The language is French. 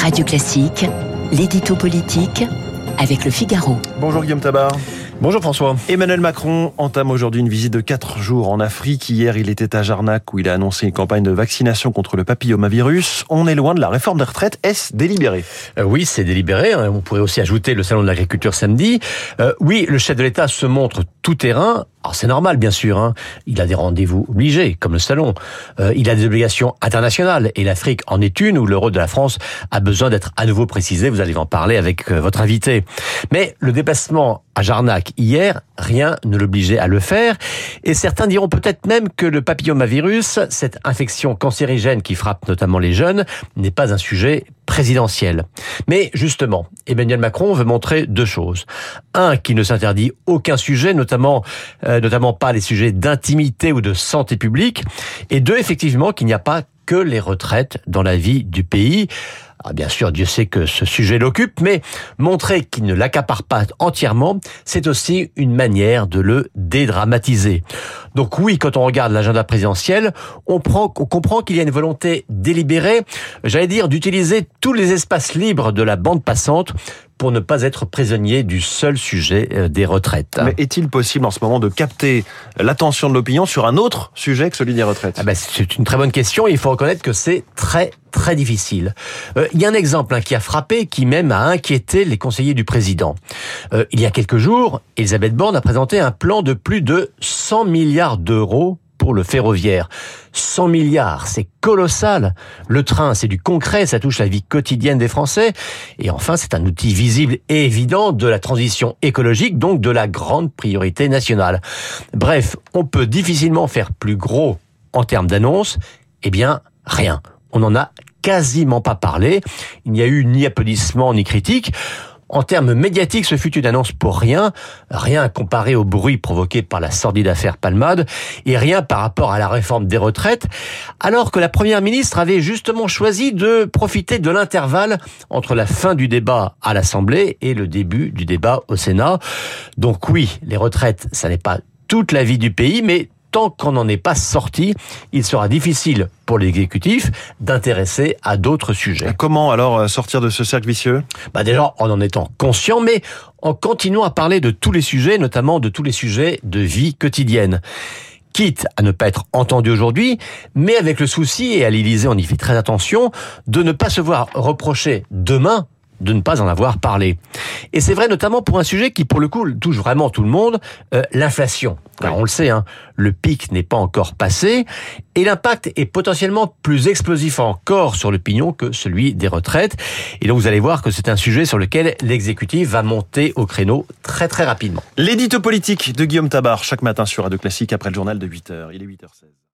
Radio Classique, l'édito politique avec Le Figaro. Bonjour Guillaume Tabar. Bonjour François. Emmanuel Macron entame aujourd'hui une visite de 4 jours en Afrique. Hier, il était à Jarnac où il a annoncé une campagne de vaccination contre le papillomavirus. On est loin de la réforme des retraites. Est-ce délibéré ? Oui, c'est délibéré. On pourrait aussi ajouter le salon de l'agriculture samedi. Oui, le chef de l'État se montre tout terrain. Alors c'est normal, bien sûr. Il a des rendez-vous obligés, comme le salon. Il a des obligations internationales. Et l'Afrique en est une où le rôle de la France a besoin d'être à nouveau précisé. Vous allez en parler avec votre invité. Mais le déplacement à Jarnac hier, rien ne l'obligeait à le faire. Et certains diront peut-être même que le papillomavirus, cette infection cancérigène qui frappe notamment les jeunes, n'est pas un sujet présidentiel. Mais justement, Emmanuel Macron veut montrer deux choses. Un, qu'il ne s'interdit aucun sujet, notamment pas les sujets d'intimité ou de santé publique. Et deux, effectivement, qu'il n'y a pas que les retraites dans la vie du pays. Alors bien sûr, Dieu sait que ce sujet l'occupe, mais montrer qu'il ne l'accapare pas entièrement, c'est aussi une manière de le dédramatiser. Donc oui, quand on regarde l'agenda présidentiel, on comprend qu'il y a une volonté délibérée, d'utiliser tous les espaces libres de la bande passante pour ne pas être prisonnier du seul sujet des retraites. Mais est-il possible en ce moment de capter l'attention de l'opinion sur un autre sujet que celui des retraites ? C'est une très bonne question et il faut reconnaître que c'est très très difficile. Il y a un exemple qui a frappé, qui même a inquiété les conseillers du président. Il y a quelques jours, Elisabeth Borne a présenté un plan de plus de 100 milliards d'euros pour le ferroviaire. 100 milliards, c'est colossal. Le train, c'est du concret, ça touche la vie quotidienne des Français. Et enfin, c'est un outil visible et évident de la transition écologique, donc de la grande priorité nationale. Bref, on peut difficilement faire plus gros en termes d'annonces. Eh bien, rien. On n'en a quasiment pas parlé. Il n'y a eu ni applaudissements ni critiques. En termes médiatiques, ce fut une annonce pour rien comparé au bruit provoqué par la sordide affaire Palmade, et rien par rapport à la réforme des retraites, alors que la Première ministre avait justement choisi de profiter de l'intervalle entre la fin du débat à l'Assemblée et le début du débat au Sénat. Donc oui, les retraites, ça n'est pas toute la vie du pays, mais tant qu'on n'en est pas sorti, il sera difficile pour l'exécutif d'intéresser à d'autres sujets. Comment alors sortir de ce cercle vicieux ? Déjà en étant conscient, mais en continuant à parler de tous les sujets, notamment de tous les sujets de vie quotidienne. Quitte à ne pas être entendu aujourd'hui, mais avec le souci, et à l'Élysée on y fait très attention, de ne pas se voir reprocher demain de ne pas en avoir parlé. Et c'est vrai notamment pour un sujet qui, pour le coup, touche vraiment tout le monde, l'inflation. Car on le sait, le pic n'est pas encore passé, et l'impact est potentiellement plus explosif encore sur l'opinion que celui des retraites. Et donc vous allez voir que c'est un sujet sur lequel l'exécutif va monter au créneau très très rapidement. L'édito politique de Guillaume Tabar, chaque matin sur Radio Classique après le journal de 8h. Il est 8h16.